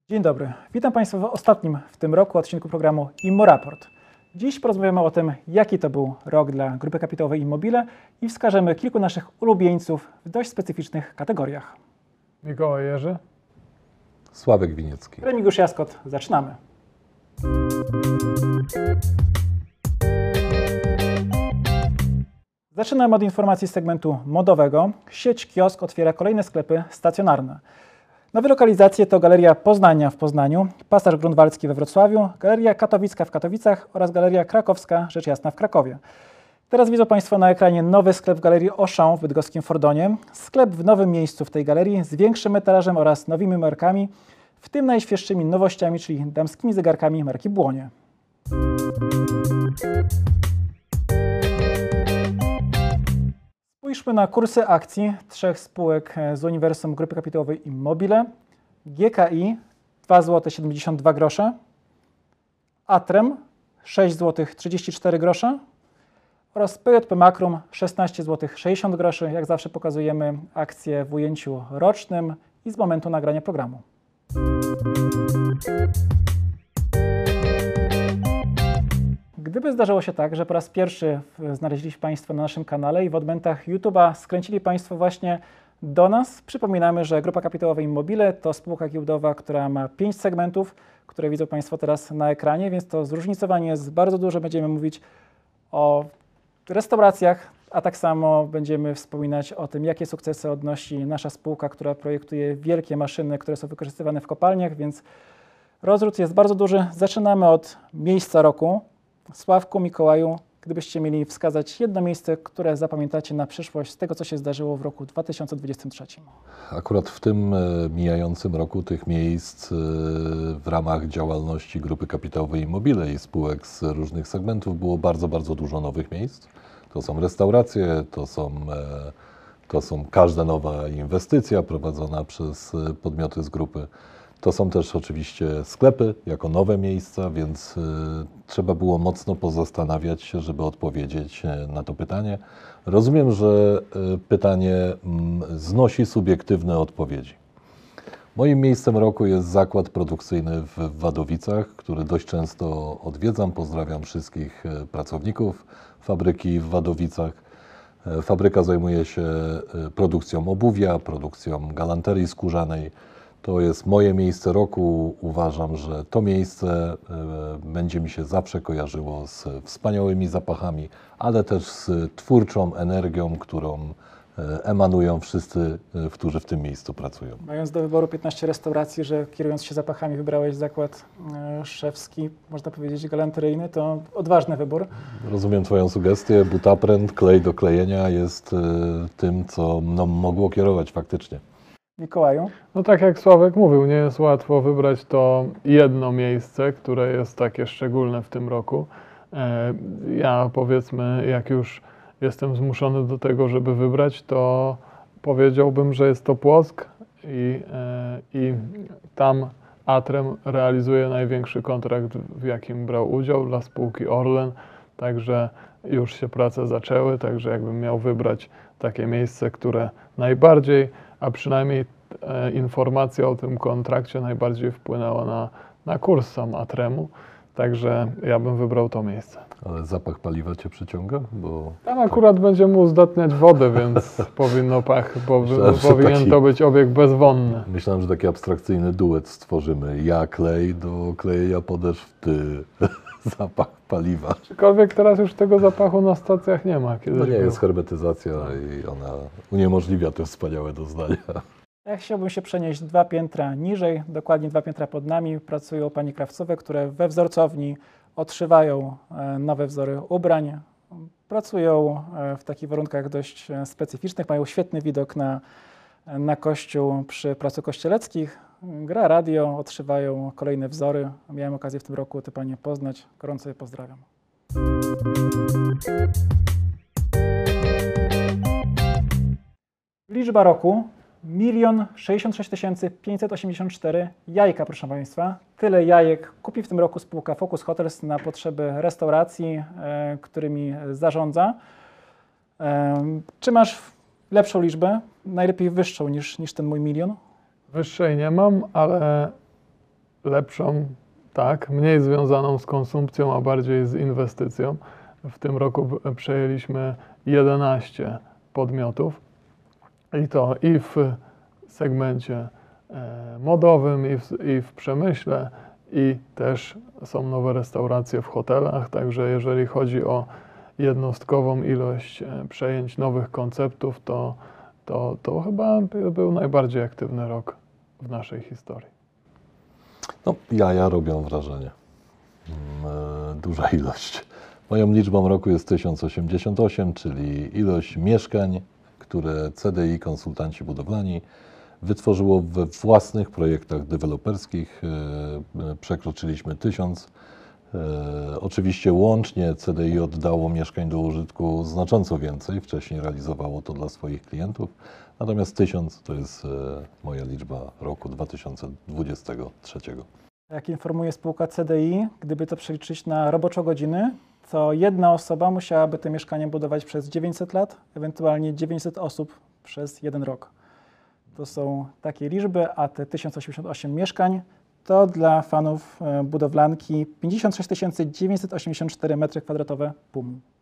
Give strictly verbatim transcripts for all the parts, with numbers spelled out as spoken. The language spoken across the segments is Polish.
Dzień dobry, witam Państwa w ostatnim w tym roku odcinku programu ImmoRaport. Dziś porozmawiamy o tym, jaki to był rok dla Grupy Kapitałowej Immobile i wskażemy kilku naszych ulubieńców w dość specyficznych kategoriach. Mikołaj Jerzy. Sławek Winiecki. Remigiusz Jaskot, zaczynamy. Zaczynamy od informacji z segmentu modowego. Sieć Kiosk otwiera kolejne sklepy stacjonarne. Nowe lokalizacje to Galeria Poznania w Poznaniu, Pasaż Grunwaldzki we Wrocławiu, Galeria Katowicka w Katowicach oraz Galeria Krakowska, rzecz jasna, w Krakowie. Teraz widzą Państwo na ekranie nowy sklep w Galerii Auchan w bydgoskim Fordonie. Sklep w nowym miejscu w tej galerii z większym metarażem oraz nowymi markami, w tym najświeższymi nowościami, czyli damskimi zegarkami marki Błonie. Spójrzmy na kursy akcji trzech spółek z uniwersum Grupy Kapitałowej Immobile. G K I dwa złote siedemdziesiąt dwa grosze, Atrem sześć złotych trzydzieści cztery grosze oraz P J P Makrum szesnaście złotych sześćdziesiąt groszy. Jak zawsze pokazujemy akcje w ujęciu rocznym i z momentu nagrania programu. Gdyby zdarzyło się tak, że po raz pierwszy znaleźliście Państwo na naszym kanale i w odmętach YouTube'a skręcili Państwo właśnie do nas, przypominamy, że Grupa Kapitałowa Immobile to spółka giełdowa, która ma pięć segmentów, które widzą Państwo teraz na ekranie, więc to zróżnicowanie jest bardzo duże. Będziemy mówić o restauracjach, a tak samo będziemy wspominać o tym, jakie sukcesy odnosi nasza spółka, która projektuje wielkie maszyny, które są wykorzystywane w kopalniach, więc rozród jest bardzo duży. Zaczynamy od miejsca roku. Sławku, Mikołaju, gdybyście mieli wskazać jedno miejsce, które zapamiętacie na przyszłość z tego, co się zdarzyło w roku dwa tysiące dwudziestym trzecim. Akurat w tym mijającym roku tych miejsc w ramach działalności Grupy Kapitałowej Immobile i spółek z różnych segmentów było bardzo, bardzo dużo nowych miejsc. To są restauracje, to są, to są każda nowa inwestycja prowadzona przez podmioty z grupy. To są też oczywiście sklepy jako nowe miejsca, więc y, trzeba było mocno pozastanawiać się, żeby odpowiedzieć na to pytanie. Rozumiem, że y, pytanie y, znosi subiektywne odpowiedzi. Moim miejscem roku jest zakład produkcyjny w Wadowicach, który dość często odwiedzam. Pozdrawiam wszystkich pracowników fabryki w Wadowicach. Fabryka zajmuje się produkcją obuwia, produkcją galanterii skórzanej. To jest moje miejsce roku. Uważam, że to miejsce będzie mi się zawsze kojarzyło z wspaniałymi zapachami, ale też z twórczą energią, którą emanują wszyscy, którzy w tym miejscu pracują. Mając do wyboru piętnaście restauracji, że kierując się zapachami wybrałeś zakład szewski, można powiedzieć galanteryjny, to odważny wybór. Rozumiem Twoją sugestię. Butapręt, klej do klejenia jest tym, co mną mogło kierować faktycznie. Mikołaju? No tak jak Sławek mówił, nie jest łatwo wybrać to jedno miejsce, które jest takie szczególne w tym roku. Ja powiedzmy, jak już jestem zmuszony do tego, żeby wybrać, to powiedziałbym, że jest to Płock i, i tam Atrem realizuje największy kontrakt, w jakim brał udział dla spółki Orlen, także już się prace zaczęły, także jakbym miał wybrać takie miejsce, które najbardziej, a przynajmniej e, informacja o tym kontrakcie najbardziej wpłynęła na, na kurs sam Atremu, także ja bym wybrał to miejsce. Ale zapach paliwa Cię przyciąga? Bo tam akurat tak będzie mu uzdatniać wodę, więc powinno pach, bo Myślałem, powinien taki, to być obieg bezwonny. Myślałem, że taki abstrakcyjny duet stworzymy. Ja klej do klejenia podeszw, Ty zapach paliwa. Aczkolwiek teraz już tego zapachu na stacjach nie ma. No nie, jest hermetyzacja i ona uniemożliwia te wspaniałe doznania. Ja chciałbym się przenieść dwa piętra niżej, dokładnie dwa piętra pod nami. Pracują pani krawcowe, które we wzorcowni odszywają nowe wzory ubrań. Pracują w takich warunkach dość specyficznych, mają świetny widok na, na kościół przy Placu Kościeleckich. Gra radio, odszywają kolejne wzory. Miałem okazję w tym roku te panie poznać. Gorąco je pozdrawiam. Liczba roku milion sześćdziesiąt sześć tysięcy pięćset osiemdziesiąt cztery jajka, proszę Państwa. Tyle jajek kupi w tym roku spółka Focus Hotels na potrzeby restauracji, e, którymi zarządza. E, czy masz lepszą liczbę? Najlepiej wyższą niż, niż ten mój milion? Wyższej nie mam, ale lepszą, tak, mniej związaną z konsumpcją, a bardziej z inwestycją. W tym roku przejęliśmy jedenaście podmiotów i to i w segmencie modowym, i w, i w przemyśle, i też są nowe restauracje w hotelach, także jeżeli chodzi o jednostkową ilość przejęć nowych konceptów, to, to, to chyba był najbardziej aktywny rok w naszej historii. No, jaja robią wrażenie. Duża ilość. Moją liczbą roku jest tysiąc osiemdziesiąt osiem, czyli ilość mieszkań, które C D I, konsultanci budowlani, wytworzyło we własnych projektach deweloperskich. Przekroczyliśmy tysiąc. Oczywiście łącznie C D I oddało mieszkań do użytku znacząco więcej. Wcześniej realizowało to dla swoich klientów. Natomiast tysiąc to jest moja liczba roku dwa tysiące dwudziestego trzeciego. Jak informuje spółka C D I, gdyby to przeliczyć na roboczo-godziny, to jedna osoba musiałaby te mieszkania budować przez dziewięćset lat, ewentualnie dziewięćset osób przez jeden rok. To są takie liczby, a te tysiąc osiemdziesiąt osiem mieszkań to dla fanów budowlanki pięćdziesiąt sześć tysięcy dziewięćset osiemdziesiąt cztery metry kwadratowe P U M.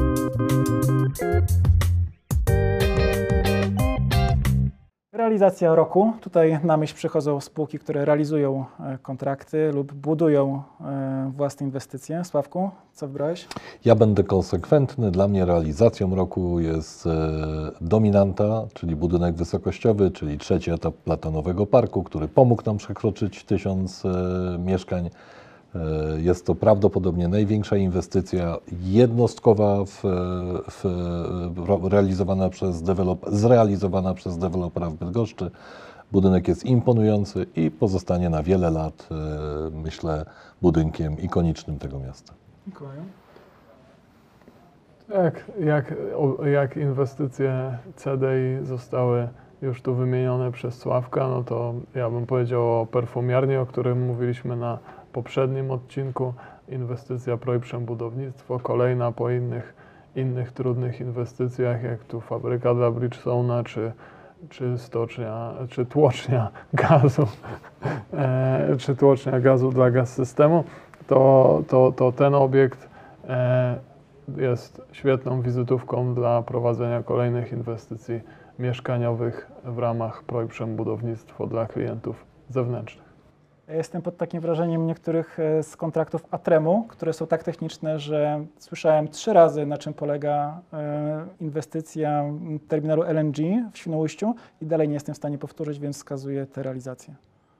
Realizacja roku. Tutaj na myśl przychodzą spółki, które realizują kontrakty lub budują własne inwestycje. Sławku, co wybrałeś? Ja będę konsekwentny. Dla mnie realizacją roku jest Dominanta, czyli budynek wysokościowy, czyli trzeci etap Platonowego Parku, który pomógł nam przekroczyć tysiąc mieszkań. Jest to prawdopodobnie największa inwestycja jednostkowa w, w, realizowana przez dewelop, zrealizowana przez dewelopera w Bydgoszczy. Budynek jest imponujący i pozostanie na wiele lat, myślę, budynkiem ikonicznym tego miasta. Dziękuję. Jak, jak, jak inwestycje C D I zostały już tu wymienione przez Sławka, no to ja bym powiedział o perfumiarni, o którym mówiliśmy na poprzednim odcinku. Inwestycja Projprzem Budownictwo, kolejna po innych, innych trudnych inwestycjach, jak tu fabryka dla Bridgestone'a, czy, czy stocznia, czy tłocznia gazu, e, czy tłocznia gazu dla gaz systemu, to, to, to ten obiekt e, jest świetną wizytówką dla prowadzenia kolejnych inwestycji mieszkaniowych w ramach Projprzem Budownictwo dla klientów zewnętrznych. Ja jestem pod takim wrażeniem niektórych z kontraktów Atremu, które są tak techniczne, że słyszałem trzy razy, na czym polega inwestycja terminalu L N G w Świnoujściu i dalej nie jestem w stanie powtórzyć, więc wskazuję te realizacje.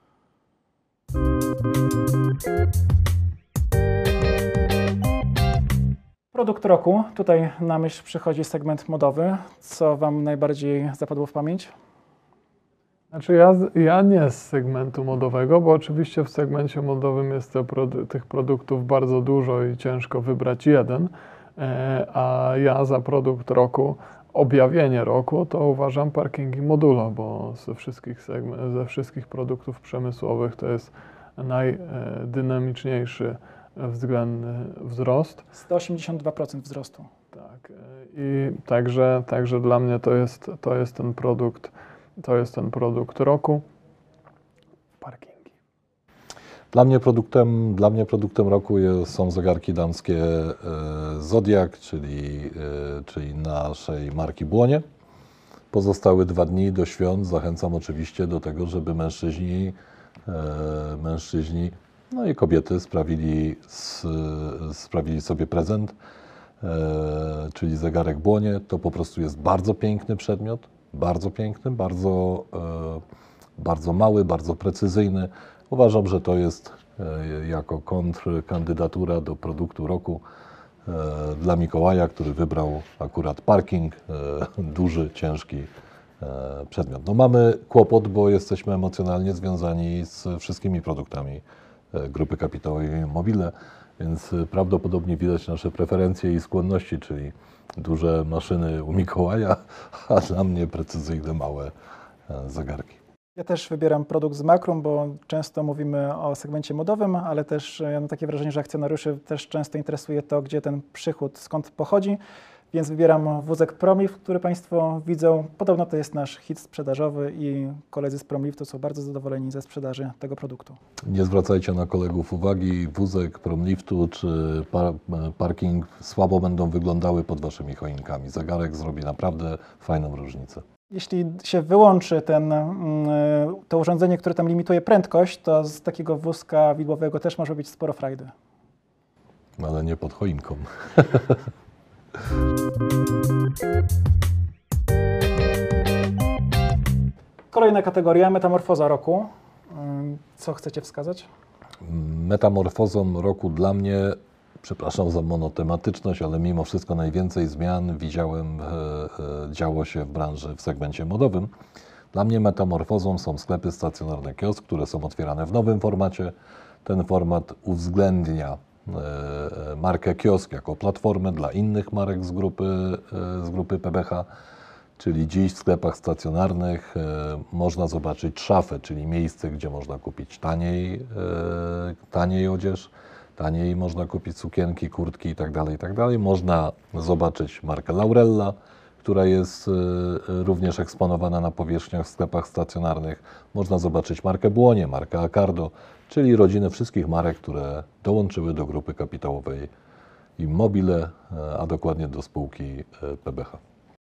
Produkt roku. Tutaj na myśl przychodzi segment modowy. Co Wam najbardziej zapadło w pamięć? Znaczy ja, ja nie z segmentu modowego, bo oczywiście w segmencie modowym jest to produ tych produktów bardzo dużo i ciężko wybrać jeden, e, a ja za produkt roku, objawienie roku, to uważam parkingi Modulo, bo ze wszystkich, segment, ze wszystkich produktów przemysłowych to jest najdynamiczniejszy względny wzrost. sto osiemdziesiąt dwa procent wzrostu. Tak, i także, także dla mnie to jest, to jest ten produkt, to jest ten produkt roku. Parkingi. Dla mnie produktem, dla mnie produktem roku jest, są zegarki damskie e, Zodiak, czyli, e, czyli naszej marki Błonie. Pozostałe dwa dni do świąt zachęcam oczywiście do tego, żeby mężczyźni, e, mężczyźni no i kobiety sprawili, s, sprawili sobie prezent, e, czyli zegarek Błonie. To po prostu jest bardzo piękny przedmiot, bardzo piękny, bardzo, e, bardzo mały, bardzo precyzyjny. Uważam, że to jest e, jako kontrkandydatura do produktu roku e, dla Mikołaja, który wybrał akurat parking, e, duży, ciężki e, przedmiot. No mamy kłopot, bo jesteśmy emocjonalnie związani z wszystkimi produktami Grupy Kapitałowej Mobile, więc prawdopodobnie widać nasze preferencje i skłonności, czyli duże maszyny u Mikołaja, a dla mnie precyzyjne, małe zegarki. Ja też wybieram produkt z Makrum, bo często mówimy o segmencie modowym, ale też ja mam takie wrażenie, że akcjonariuszy też często interesuje to, gdzie ten przychód, skąd pochodzi. więc wybieram wózek Promlift, który Państwo widzą. Podobno to jest nasz hit sprzedażowy i koledzy z Promliftu są bardzo zadowoleni ze sprzedaży tego produktu. Nie zwracajcie na kolegów uwagi, wózek Promliftu czy par parking słabo będą wyglądały pod Waszymi choinkami. Zegarek zrobi naprawdę fajną różnicę. Jeśli się wyłączy ten, to urządzenie, które tam limituje prędkość, to z takiego wózka widłowego też może być sporo frajdy. Ale nie pod choinką. Kolejna kategoria, metamorfoza roku. Co chcecie wskazać? Metamorfozą roku dla mnie, przepraszam za monotematyczność, ale mimo wszystko najwięcej zmian widziałem, e, e, działo się w branży, w segmencie modowym. Dla mnie metamorfozą są sklepy stacjonarne kiosk, które są otwierane w nowym formacie. Ten format uwzględnia e, markę kiosk jako platformę dla innych marek z grupy, e, z grupy P B H. Czyli dziś w sklepach stacjonarnych e, można zobaczyć szafę, czyli miejsce, gdzie można kupić taniej, e, taniej odzież, taniej można kupić sukienki, kurtki itd., itd. Można zobaczyć markę Laurella, która jest e, również eksponowana na powierzchniach w sklepach stacjonarnych. Można zobaczyć markę Błonie, markę Accardo, czyli rodzinę wszystkich marek, które dołączyły do grupy kapitałowej Immobile, e, a dokładnie do spółki e, P B H.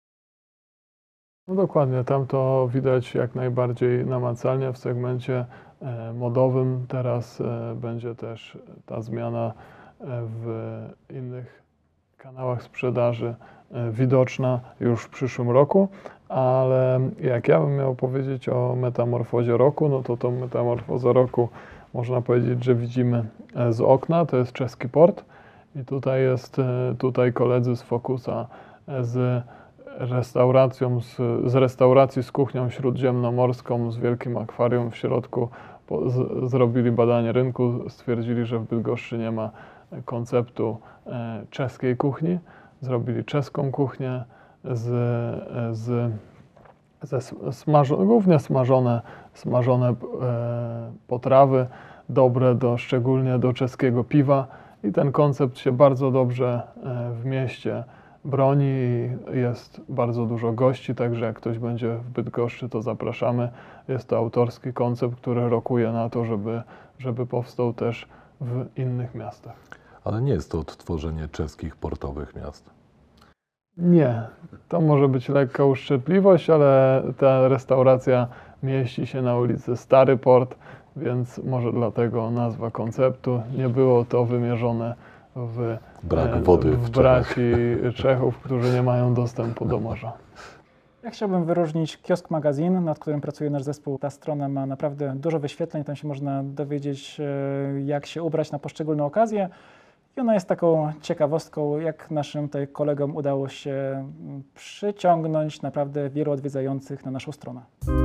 No dokładnie, tam to widać jak najbardziej namacalnie w segmencie e, modowym. Teraz e, będzie też ta zmiana e, w innych kanałach sprzedaży e, widoczna już w przyszłym roku, ale jak ja bym miał powiedzieć o metamorfozie roku, no to tą metamorfozę roku można powiedzieć, że widzimy e, z okna, to jest czeski port i tutaj jest, e, tutaj koledzy z Focusa e, z restauracją, z, z restauracji z kuchnią śródziemnomorską, z wielkim akwarium w środku, po, z, zrobili badanie rynku, stwierdzili, że w Bydgoszczy nie ma konceptu e, czeskiej kuchni, zrobili czeską kuchnię z, z, ze smażo, głównie smażone, smażone e, potrawy, dobre do, szczególnie do czeskiego piwa i ten koncept się bardzo dobrze e, w mieście broni i jest bardzo dużo gości, także jak ktoś będzie w Bydgoszczy, to zapraszamy. Jest to autorski koncept, który rokuje na to, żeby, żeby powstał też w innych miastach. Ale nie jest to odtworzenie czeskich portowych miast. Nie, to może być lekka uszczypliwość, ale ta restauracja mieści się na ulicy Stary Port, więc może dlatego nazwa konceptu. Nie było to wymierzone w, Brak wody w, w braci Czechów, którzy nie mają dostępu do morza. Ja chciałbym wyróżnić Kiosk Magazine, nad którym pracuje nasz zespół. Ta strona ma naprawdę dużo wyświetleń, tam się można dowiedzieć, jak się ubrać na poszczególne okazje. I ona jest taką ciekawostką, jak naszym tutaj kolegom udało się przyciągnąć naprawdę wielu odwiedzających na naszą stronę.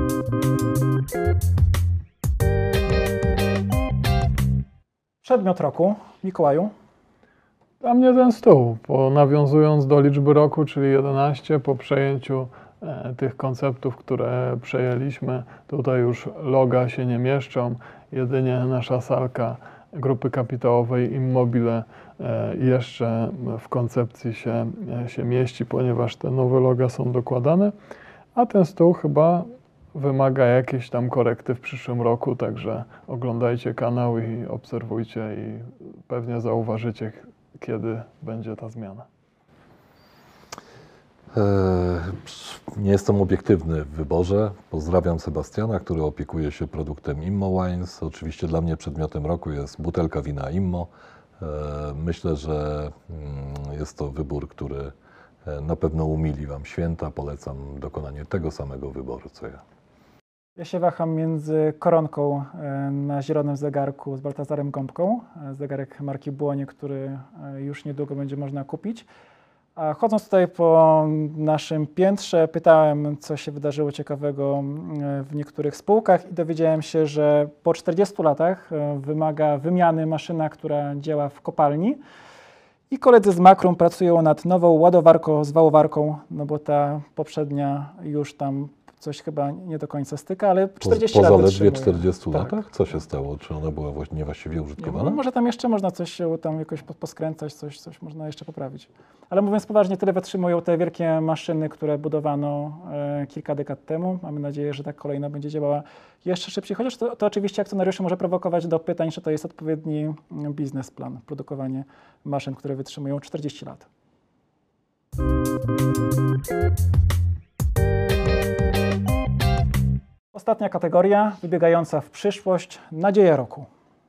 Przedmiot roku, Mikołaju. Dla mnie ten stół, bo nawiązując do liczby roku, czyli jedenaście, po przejęciu e, tych konceptów, które przejęliśmy, tutaj już loga się nie mieszczą, jedynie nasza salka grupy kapitałowej Immobile e, jeszcze w koncepcji się, e, się mieści, ponieważ te nowe loga są dokładane, a ten stół chyba wymaga jakiejś tam korekty w przyszłym roku, także oglądajcie kanał i obserwujcie i pewnie zauważycie, kiedy będzie ta zmiana. Nie jestem obiektywny w wyborze. Pozdrawiam Sebastiana, który opiekuje się produktem Immo Wines. Oczywiście dla mnie przedmiotem roku jest butelka wina Immo. Myślę, że jest to wybór, który na pewno umili Wam święta. Polecam dokonanie tego samego wyboru, co ja. Ja się waham między koronką na zielonym zegarku z Baltazarem Gąbką, zegarek marki Błonie, który już niedługo będzie można kupić. A chodząc tutaj po naszym piętrze, pytałem, co się wydarzyło ciekawego w niektórych spółkach i dowiedziałem się, że po czterdziestu latach wymaga wymiany maszyna, która działa w kopalni. I koledzy z Makrum pracują nad nową ładowarką z wałowarką, no bo ta poprzednia już tam coś chyba nie do końca styka, ale Po, czterdzieści po lat zaledwie wytrzymuje. czterdziestu Tak. latach? Co się stało? Czy ona była właś- niewłaściwie Nie, użytkowana? no, może tam jeszcze można coś się tam jakoś po- poskręcać, coś, coś można jeszcze poprawić. Ale mówiąc poważnie, tyle wytrzymują te wielkie maszyny, które budowano e, kilka dekad temu. Mamy nadzieję, że ta kolejna będzie działała jeszcze szybciej, chociaż to, to oczywiście akcjonariuszy może prowokować do pytań, czy to jest odpowiedni mm, biznesplan, produkowanie maszyn, które wytrzymują czterdzieści lat. Ostatnia kategoria, wybiegająca w przyszłość, nadzieja roku.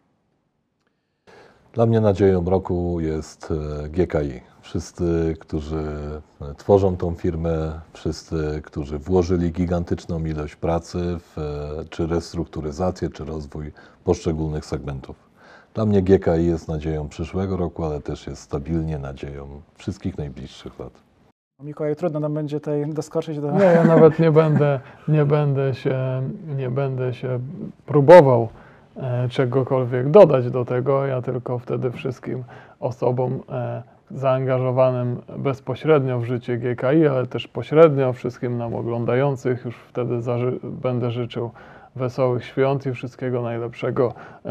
Dla mnie nadzieją roku jest e, G K I. Wszyscy, którzy e, tworzą tą firmę, wszyscy, którzy włożyli gigantyczną ilość pracy w e, czy restrukturyzację, czy rozwój poszczególnych segmentów. Dla mnie G K I jest nadzieją przyszłego roku, ale też jest stabilnie nadzieją wszystkich najbliższych lat. Mikołaj, trudno nam będzie tutaj doskoczyć do... Nie, ja nawet nie będę, nie będę się, nie będę się próbował e, czegokolwiek dodać do tego. Ja tylko wtedy wszystkim osobom e, zaangażowanym bezpośrednio w życie G K I, ale też pośrednio wszystkim nam oglądających już wtedy zaży- będę życzył wesołych świąt i wszystkiego najlepszego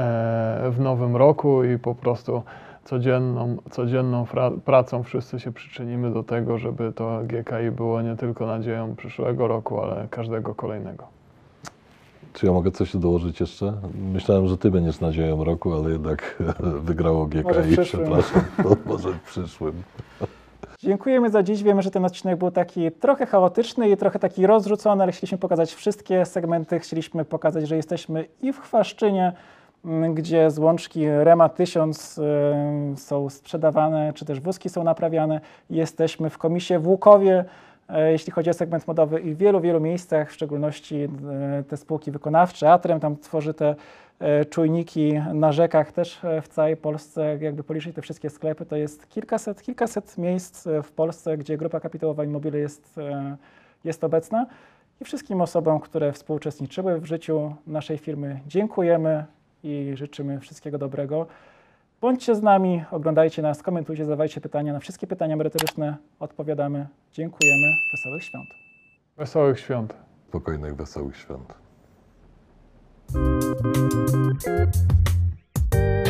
e, w nowym roku i po prostu codzienną, codzienną fra- pracą wszyscy się przyczynimy do tego, żeby to G K I było nie tylko nadzieją przyszłego roku, ale każdego kolejnego. Czy ja mogę coś dołożyć jeszcze? Myślałem, że ty będziesz nadzieją roku, ale jednak wygrało G K I. Może w przyszłym. Przepraszam, to może w przyszłym. Dziękujemy za dziś. Wiemy, że ten odcinek był taki trochę chaotyczny i trochę taki rozrzucony, ale chcieliśmy pokazać wszystkie segmenty. Chcieliśmy pokazać, że jesteśmy i w Chwaszczynie, m, gdzie złączki Rema tysiąc y, są sprzedawane, czy też wózki są naprawiane. Jesteśmy w Komisie w Łukowie, e, jeśli chodzi o segment modowy i w wielu, wielu miejscach, w szczególności e, te spółki wykonawcze. Atrem tam tworzy te e, czujniki na rzekach też e, w całej Polsce. Jakby policzyć te wszystkie sklepy, to jest kilkaset, kilkaset miejsc e, w Polsce, gdzie Grupa Kapitałowa Immobile jest, e, jest obecna. I wszystkim osobom, które współuczestniczyły w życiu naszej firmy, dziękujemy i życzymy wszystkiego dobrego. Bądźcie z nami, oglądajcie nas, komentujcie, zadawajcie pytania. Na wszystkie pytania merytoryczne odpowiadamy. Dziękujemy. Wesołych świąt. Wesołych świąt. Spokojnych, wesołych świąt.